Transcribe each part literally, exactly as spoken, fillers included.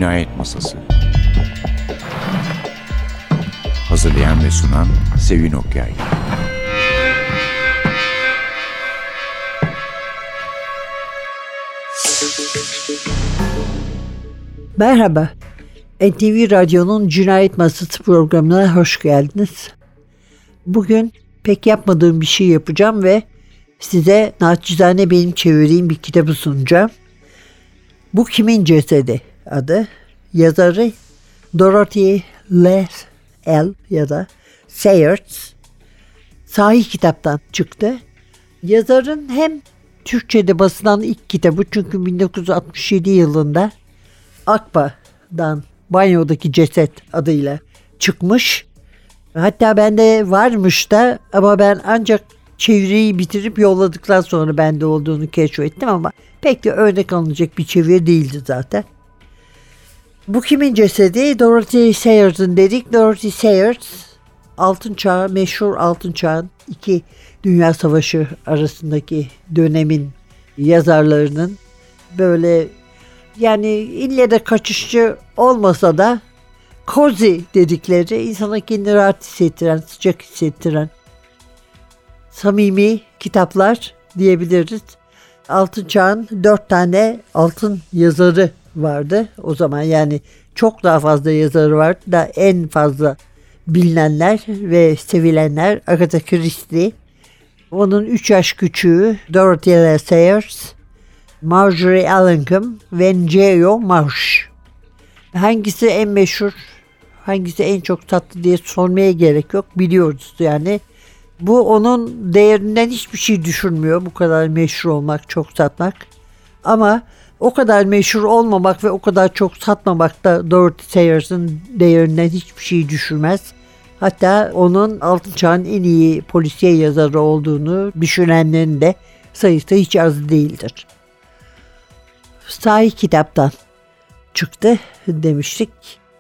Cinayet Masası. Hazırlayan ve sunan Sevin Okyay. Merhaba, N T V Radyo'nun Cinayet Masası programına hoş geldiniz. Bugün pek yapmadığım bir şey yapacağım ve size naçizane benim çevirdiğim bir kitabı sunacağım. Bu Kimin Cesedi adı. Yazarı Dorothy L. ya da Sayers. Sahih Kitap'tan çıktı. Yazarın hem Türkçe'de basılan ilk kitabı, çünkü bin dokuz yüz altmış yedi yılında Akba'dan Banyodaki Ceset adıyla çıkmış. Hatta bende varmış da, ama ben ancak çeviriyi bitirip yolladıktan sonra bende olduğunu keşfettim, ama pek de örnek alınacak bir çeviri değildi zaten. Bu Kimin Cesedi, Dorothy Sayers'ın dedik. Dorothy Sayers, Altın Çağ, meşhur Altın Çağ'ın iki Dünya Savaşı arasındaki dönemin yazarlarının, böyle yani ille de kaçışçı olmasa da cozy dedikleri, insana kendini rahat hissettiren, sıcak hissettiren samimi kitaplar diyebiliriz. Altın Çağ'ın dört tane altın yazarı vardı o zaman, yani çok daha fazla yazarı vardı da en fazla bilinenler ve sevilenler Agatha Christie, onun üç yaş küçüğü Dorothy Sayers, Marjorie Allingham ve N J O Marsh. Hangisi en meşhur, hangisi en çok tatlı diye sormaya gerek yok, biliyoruz yani. Bu onun değerinden hiçbir şey düşürmüyor, bu kadar meşhur olmak, çok satmak. Ama o kadar meşhur olmamak ve o kadar çok satmamak da Dorothy Sayers'ın değerinden hiçbir şey düşürmez. Hatta onun Altın Çağ'ın en iyi polisiye yazarı olduğunu düşünenlerin de sayısı hiç az değildir. Sahih Kitap'tan çıktı demiştik.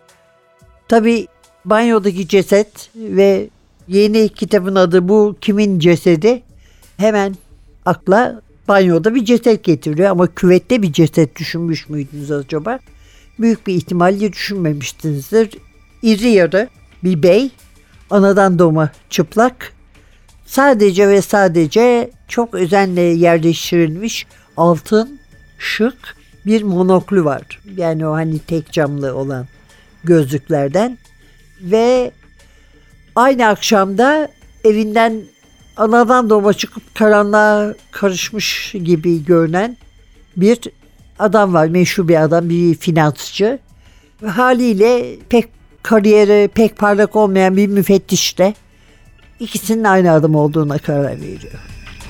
Tabii Banyodaki Ceset ve yeni kitabın adı Bu Kimin Cesedi hemen akla banyoda bir ceset getiriyor, ama küvette bir ceset düşünmüş müydünüz acaba? Büyük bir ihtimalle düşünmemişsinizdir. İri yarı bir bey, anadan doğma çıplak, sadece ve sadece çok özenle yerleştirilmiş altın şık bir monoklü var. Yani o hani tek camlı olan gözlüklerden. Ve aynı akşamda evinden anadan doğma çıkıp karanlığa karışmış gibi görünen bir adam var. Meşhur bir adam, bir finansçı. Haliyle pek kariyeri pek parlak olmayan bir müfettişle ikisinin aynı adam olduğuna karar veriyor.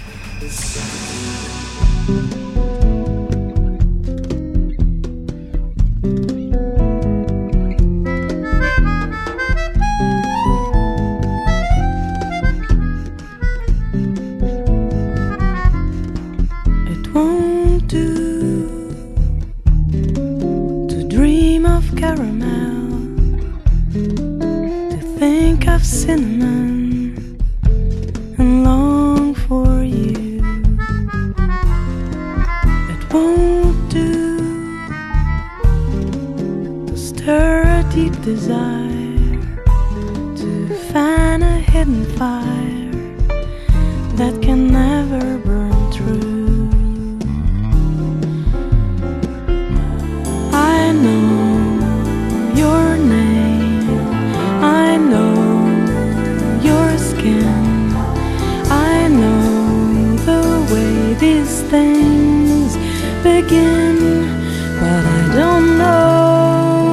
Cinnamon and long for you. It won't do to stir a deep desire, to fan a hidden fire that can never burn through. I know your name, I know I know the way these things begin, but I don't know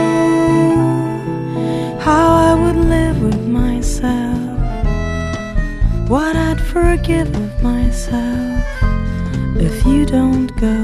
how I would live with myself, what I'd forgive of myself if you don't go.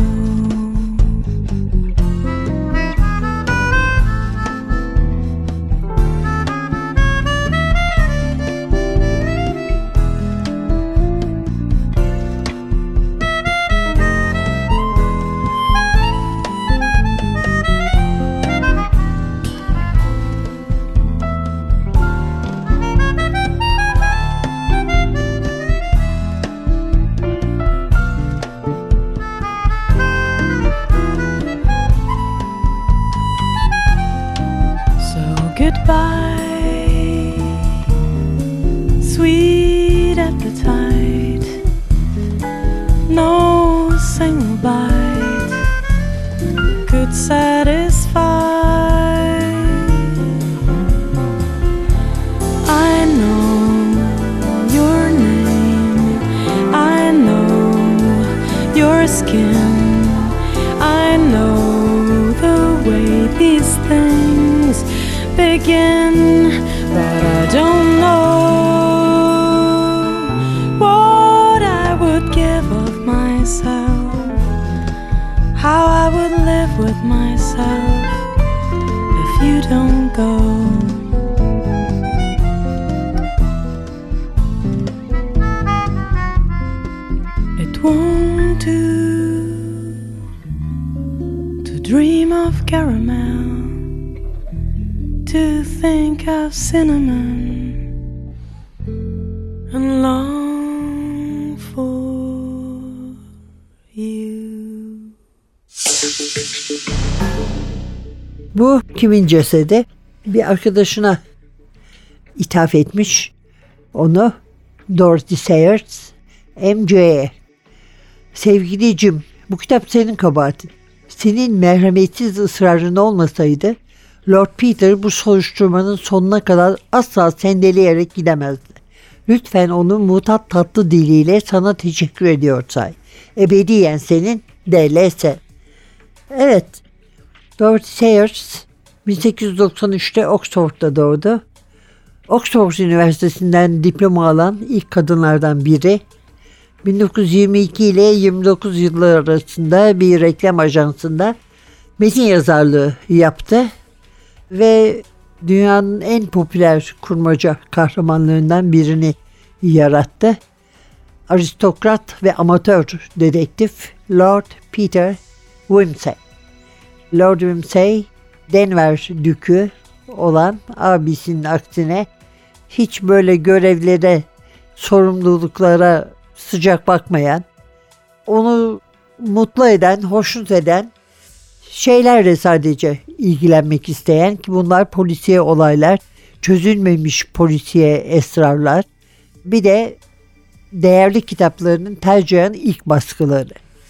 appetite, no single bite could satisfy. I know your name, I know your skin, I know the way these things begin, but I don't know what I would give of myself, how I would live with myself if you don't go. It won't do to dream of caramel, to think of cinnamon and long for you. Bu kimin cesedi? Bir arkadaşına ithaf etmiş onu, Dorothy Sayers, M C'ye. Sevgilicim, bu kitap senin kabahatin. Senin merhametsiz ısrarın olmasaydı Lord Peter bu soruşturmanın sonuna kadar asla sendeleyerek gidemezdi. Lütfen onu mutat tatlı diliyle sana teşekkür ediyor say. Ebediyen senin D L S. Evet, Dorothy Sayers bin sekiz yüz doksan üçte Oxford'da doğdu. Oxford Üniversitesi'nden diploma alan ilk kadınlardan biri. bin dokuz yüz yirmi iki ile yirmi dokuz yılları arasında bir reklam ajansında metin yazarlığı yaptı ve dünyanın en popüler kurmaca kahramanlarından birini yarattı. Aristokrat ve amatör dedektif Lord Peter Wimsey. Lord Wimsey, Denver Dükü olan abisinin aksine hiç böyle görevlere, sorumluluklara sıcak bakmayan, onu mutlu eden, hoşnut eden şeylerle sadece ilgilenmek isteyen, ki bunlar polisiye olaylar, çözülmemiş polisiye esrarlar, bir de değerli kitaplarının tercihen ilk baskıları.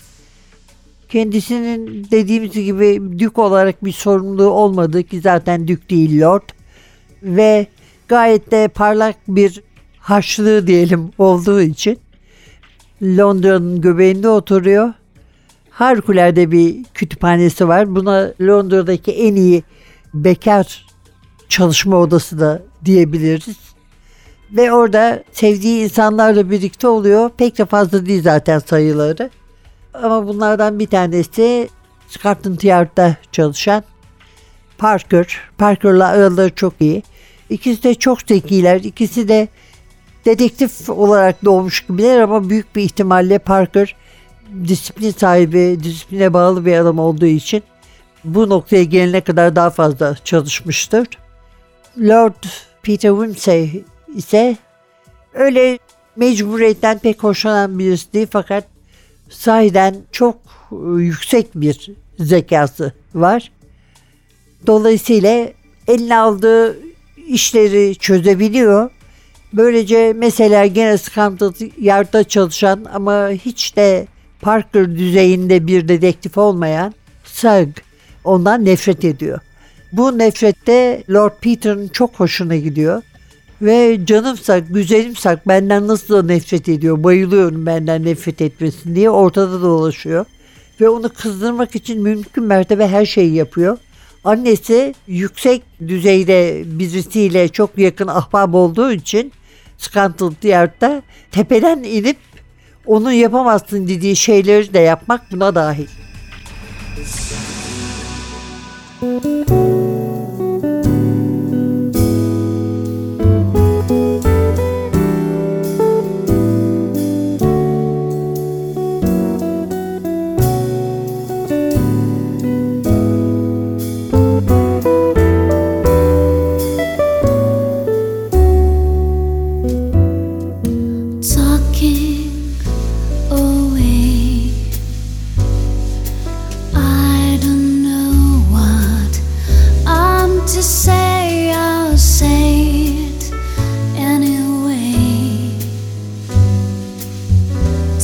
Kendisinin dediğimiz gibi dük olarak bir sorumluluğu olmadığı, ki zaten dük değil lord, ve gayet de parlak bir harçlığı diyelim olduğu için Londra'nın göbeğinde oturuyor. Harikulade bir kütüphanesi var. Buna Londra'daki en iyi bekar çalışma odası da diyebiliriz. Ve orada sevdiği insanlarla birlikte oluyor. Pek de fazla değil zaten sayıları. Ama bunlardan bir tanesi Scotland Yard'da çalışan Parker. Parker'la araları çok iyi. İkisi de çok zekiler. İkisi de dedektif olarak doğmuş gibiler ama büyük bir ihtimalle Parker disiplin sahibi, disipline bağlı bir adam olduğu için bu noktaya gelene kadar daha fazla çalışmıştır. Lord Peter Wimsey ise öyle mecburiyetten pek hoşlanan birisi değil, fakat sahiden çok yüksek bir zekası var. Dolayısıyla eline aldığı işleri çözebiliyor. Böylece mesela gene Scotland Yard'da çalışan ama hiç de Parker düzeyinde bir dedektif olmayan Sugg ondan nefret ediyor. Bu nefrette Lord Peter'ın çok hoşuna gidiyor. Ve canım Sugg, güzelim Sugg benden nasıl da nefret ediyor, bayılıyorum benden nefret etmesin diye ortada dolaşıyor. Ve onu kızdırmak için mümkün mertebe her şeyi yapıyor. Annesi yüksek düzeyde birisiyle çok yakın ahbap olduğu için Scotland Yard'da tepeden inip onun yapamazsın dediği şeyleri de yapmak buna dahil.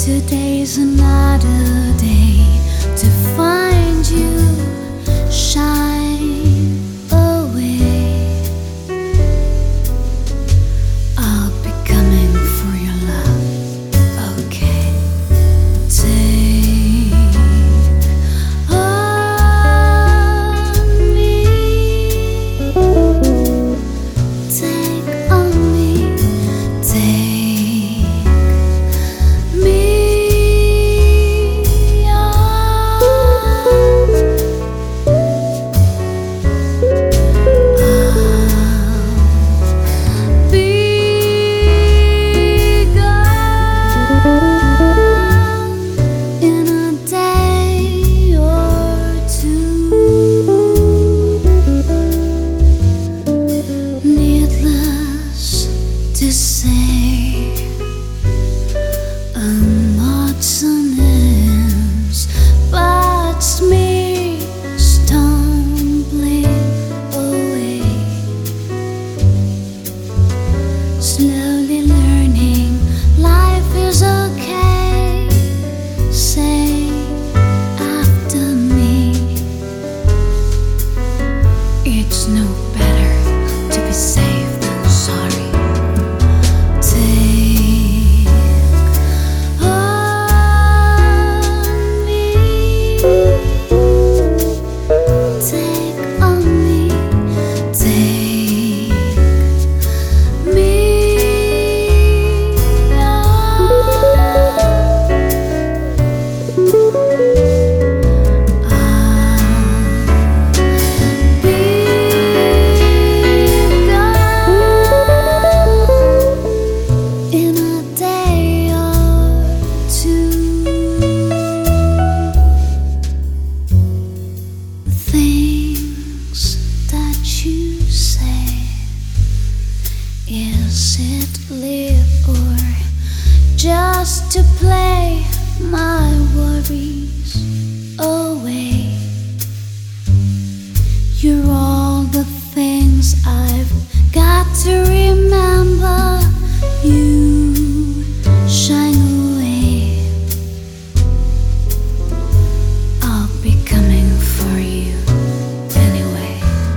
Today's another day to find you shine away. I'll be coming for your love, okay? Take on me, take on me, take me slowly learning life is okay. Say after me, it's no better to be safe than sorry. Take on me, take on me, take me. Is it live or just to play my worries away? You're all the things I've got to remember. You shine away. I'll be coming for you anyway.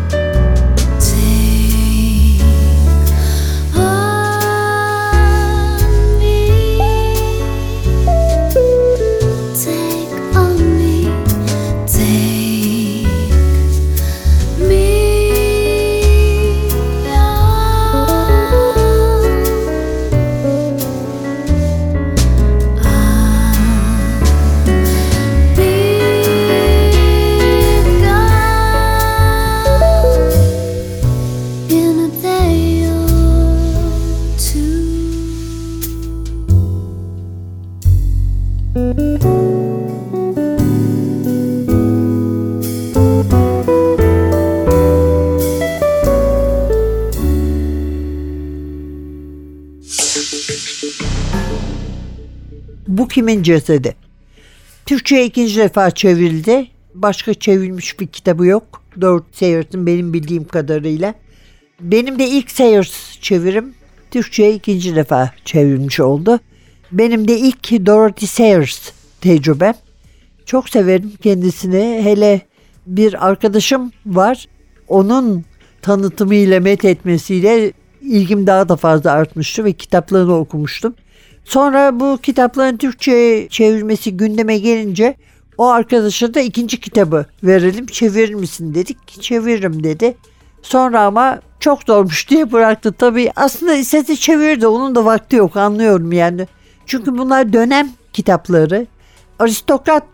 Bu kimin cesedi? Türkçe'ye ikinci defa çevrildi. Başka çevrilmiş bir kitabı yok. Dorothy Sayers'ın benim bildiğim kadarıyla. Benim de ilk Sayers çevirim Türkçe'ye ikinci defa çevrilmiş oldu. Benim de ilk Dorothy Sayers tecrübem. Çok severim kendisini. Hele bir arkadaşım var. Onun tanıtımıyla, methetmesiyle ilgim daha da fazla artmıştı ve kitaplarını okumuştum. Sonra bu kitapların Türkçe'ye çevirmesi gündeme gelince o arkadaşa da ikinci kitabı verelim, çevirir misin dedik. Çeviririm dedi. Sonra ama çok zormuş diye bıraktı. Tabii aslında istese çevirirdi, onun da vakti yok, anlıyorum yani. Çünkü bunlar dönem kitapları. Aristokrat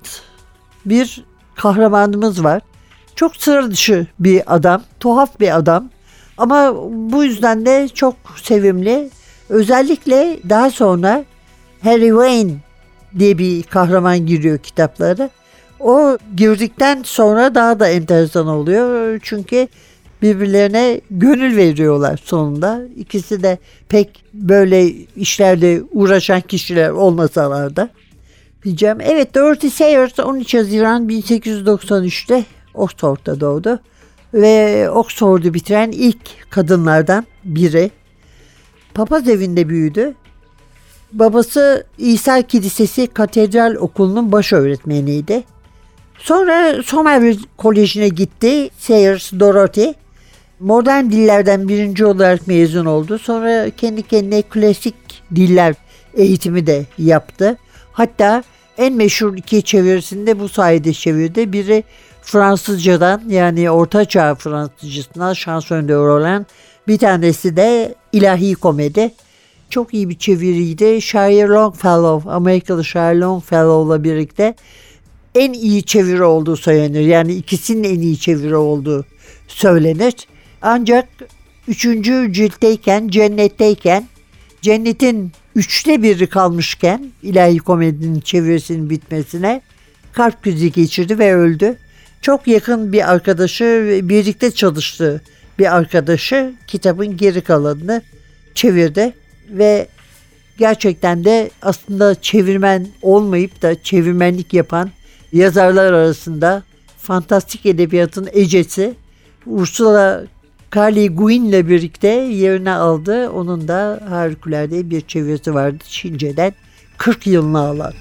bir kahramanımız var. Çok sıra dışı bir adam, tuhaf bir adam. Ama bu yüzden de çok sevimli. Özellikle daha sonra Harry Wayne diye bir kahraman giriyor kitaplara. O girdikten sonra daha da enteresan oluyor. Çünkü birbirlerine gönül veriyorlar sonunda. İkisi de pek böyle işlerle uğraşan kişiler olmasalar da diyeceğim. Evet, Dorothy Sayers on üç Haziran bin sekiz yüz doksan üçte Oxford'da doğdu. Ve Oxford'u bitiren ilk kadınlardan biri. Papaz evinde büyüdü. Babası İsa Kilisesi Katedral Okulu'nun baş öğretmeniydi. Sonra Somerville Koleji'ne gitti. Sayers Dorothy. Modern dillerden birinci olarak mezun oldu. Sonra kendi kendine klasik diller eğitimi de yaptı. Hatta en meşhur iki çevirisinde bu sayede çevirdi. Biri Fransızcadan, yani Orta Çağ Fransızcasından şans önde olan, bir tanesi de ilahi komedi. Çok iyi bir çeviriydi. Shire Longfellow, Amerikalı Shire Longfellow'la birlikte en iyi çeviri olduğu söylenir. Yani ikisinin en iyi çeviri olduğu söylenir. Ancak üçüncü ciltteyken, cennetteyken, cennetin üçte biri kalmışken ilahi komedinin çevirisinin bitmesine kalp krizi geçirdi ve öldü. Çok yakın bir arkadaşı, birlikte çalıştığı bir arkadaşı kitabın geri kalanını çevirdi ve gerçekten de aslında çevirmen olmayıp da çevirmenlik yapan yazarlar arasında fantastik edebiyatın ecesi Ursula K. Le Guin ile birlikte yerini aldı. Onun da harikulade bir çevirisi vardı Çince'den kırk yılını alan.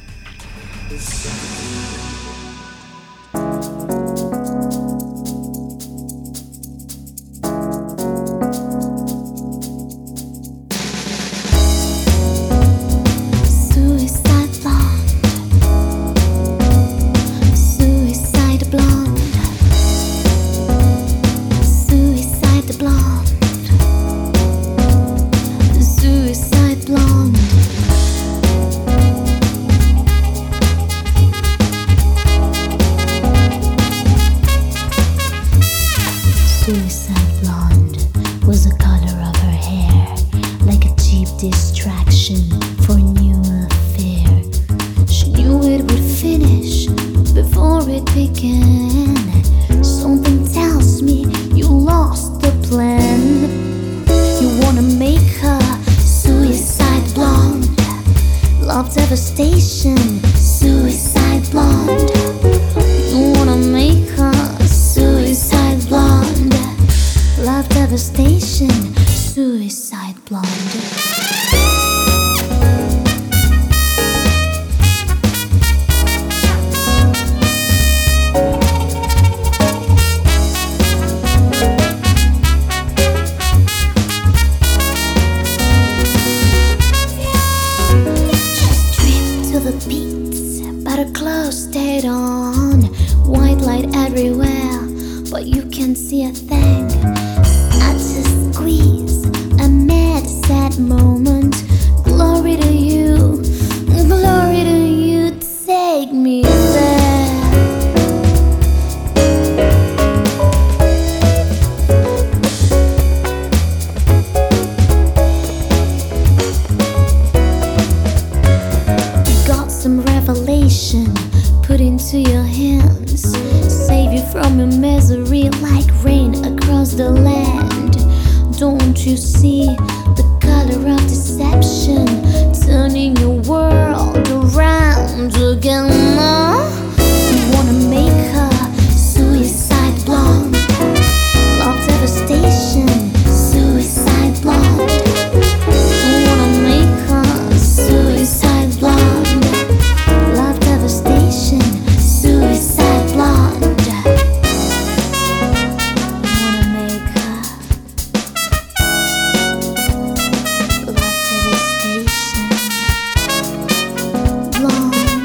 Suicide blonde was the color of her hair, like a cheap distraction for a new affair. She knew it would finish before it began. Something tells me you lost the plan. You wanna make her suicide blonde, love devastation, suicide blonde. You wanna make her suicide blonde, love devastation, suicide blonde. She's stripped to the beats, but her clothes stayed on. White light everywhere, but you can't see a thing. I just squeeze a mad sad moment. Glory to you, glory to you, take me there. Got some revelation put into your hands, save you from your misery like rain across the land. Don't you see the color of deception turning your world around again? You wanna make her suicide blonde, love devastation, suicide blonde. You wanna make her suicide blonde, love devastation, suicide blonde. You wanna make her love devastation, blonde,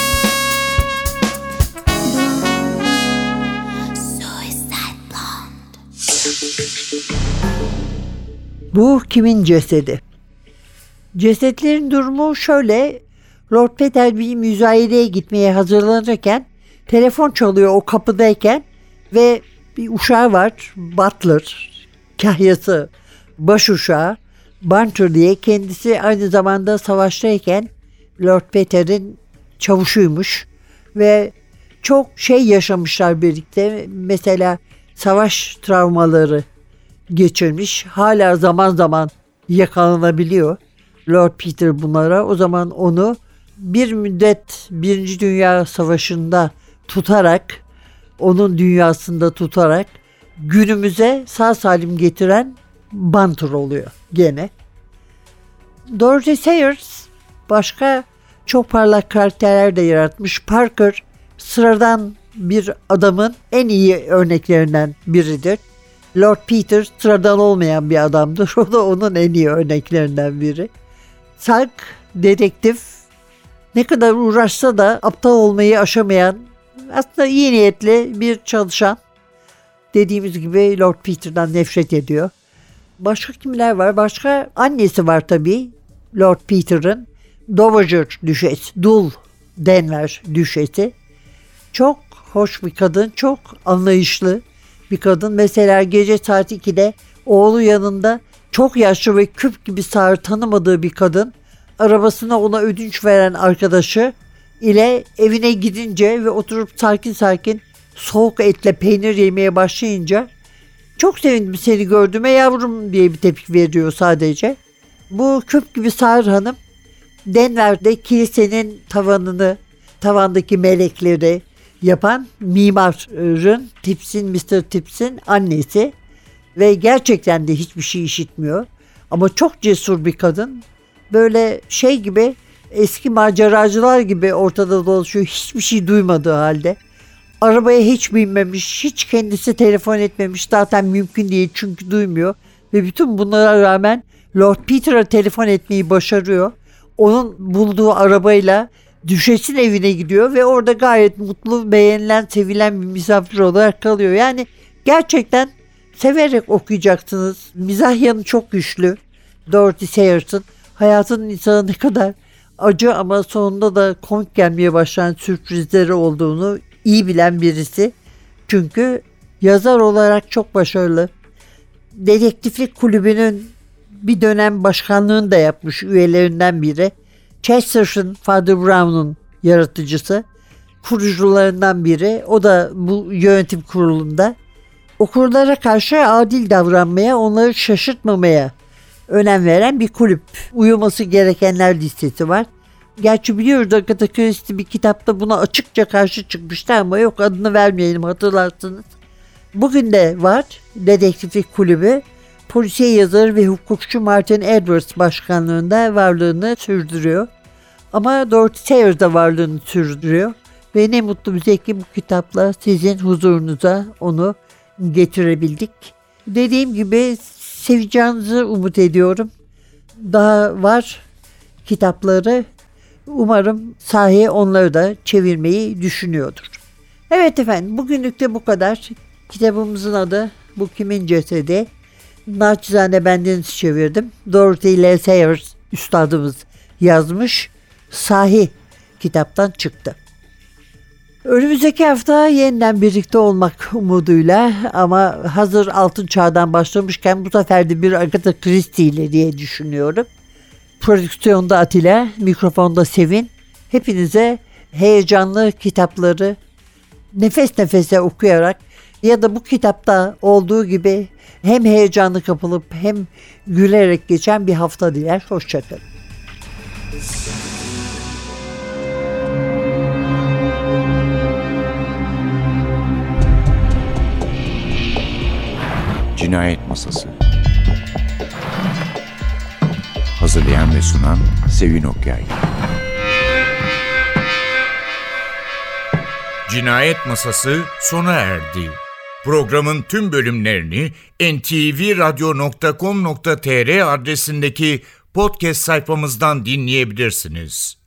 blonde, suicide blonde. Bu kimin cesedi? Cesetlerin durumu şöyle. Lord Peter bir müzayedeye gitmeye hazırlanırken telefon çalıyor o kapıdayken ve bir uşağı var, butler, kahyası, baş uşağı Bunter diye, kendisi aynı zamanda savaştayken Lord Peter'in çavuşuymuş ve çok şey yaşamışlar birlikte. Mesela savaş travmaları geçirmiş. Hala zaman zaman yakalanabiliyor Lord Peter bunlara. O zaman onu bir müddet Birinci Dünya Savaşı'nda tutarak, onun dünyasında tutarak günümüze sağ salim getiren Bunter oluyor gene. Dorothy Sayers Başka çok parlak karakterler de yaratmış. Parker sıradan bir adamın en iyi örneklerinden biridir. Lord Peter sıradan olmayan bir adamdır. O da onun en iyi örneklerinden biri. Sark dedektif, ne kadar uğraşsa da aptal olmayı aşamayan, aslında iyi niyetli bir çalışan. Dediğimiz gibi Lord Peter'dan nefret ediyor. Başka kimler var? Başka annesi var tabii Lord Peter'ın. Dowager Düşes, Dul Denver Düşesi. Çok hoş bir kadın, çok anlayışlı bir kadın. Mesela gece saat ikide oğlu yanında çok yaşlı ve küp gibi sağır tanımadığı bir kadın arabasına ona ödünç veren arkadaşı ile evine gidince ve oturup sakin sakin soğuk etle peynir yemeye başlayınca çok sevindim seni gördüğüme yavrum diye bir tepki veriyor sadece. Bu küp gibi sağır hanım Denver'de kilisenin tavanını, tavandaki melekleri yapan mimarın Tips'in, mister Tips'in annesi ve gerçekten de hiçbir şey işitmiyor. Ama çok cesur bir kadın. Böyle şey gibi, eski maceracılar gibi ortada dolaşıyor, hiçbir şey duymadığı halde. Arabaya hiç binmemiş, hiç kendisi telefon etmemiş, zaten mümkün değil çünkü duymuyor. Ve bütün bunlara rağmen Lord Peter'a telefon etmeyi başarıyor. Onun bulduğu arabayla Düşes'in evine gidiyor ve orada gayet mutlu, beğenilen, sevilen bir misafir olarak kalıyor. Yani gerçekten severek okuyacaksınız. Mizah yanı çok güçlü. Dorothy Sayers'ın hayatının insana ne kadar acı ama sonunda da komik gelmeye başlayan sürprizleri olduğunu iyi bilen birisi. Çünkü yazar olarak çok başarılı. Dedektiflik kulübünün bir dönem başkanlığını da yapmış üyelerinden biri. Chesterton, Father Brown'un yaratıcısı, kurucularından biri. O da bu yönetim kurulunda. Okurlara karşı adil davranmaya, onları şaşırtmamaya önem veren bir kulüp. Uyuması gerekenler listesi var. Gerçi biliyoruz Agatha Christie bir kitapta buna açıkça karşı çıkmıştı ama yok, adını vermeyelim, hatırlarsınız. Bugün de var dedektiflik kulübü. Polisiye yazarı ve hukukçu Martin Edwards başkanlığında varlığını sürdürüyor. Ama Dorothy Sayers da varlığını sürdürüyor. Ve ne mutlu bize ki bu kitapla sizin huzurunuza onu getirebildik. Dediğim gibi seveceğinizi umut ediyorum. Daha var kitapları. Umarım sahi onları da çevirmeyi düşünüyordur. Evet efendim, bugünlük de bu kadar. Kitabımızın adı Bu Kimin Cesedi? Naçizane bendeniz çevirdim. Dorothy L. Sayers üstadımız yazmış. Sahi kitaptan çıktı. Önümüzdeki hafta yeniden birlikte olmak umuduyla, ama hazır altın çağdan başlamışken bu sefer de bir Agatha Christie ile diye düşünüyorum. Prodüksiyonda Atilla, mikrofonda Sevin. Hepinize heyecanlı kitapları nefes nefese okuyarak ya da bu kitapta olduğu gibi hem heyecanlı kapılıp hem gülerek geçen bir hafta diler. Hoşçakalın. Cinayet Masası. Hazırlayan ve sunan Sevin Okyay. Cinayet Masası sona erdi. Programın tüm bölümlerini en te ve radyo nokta com nokta tr adresindeki podcast sayfamızdan dinleyebilirsiniz.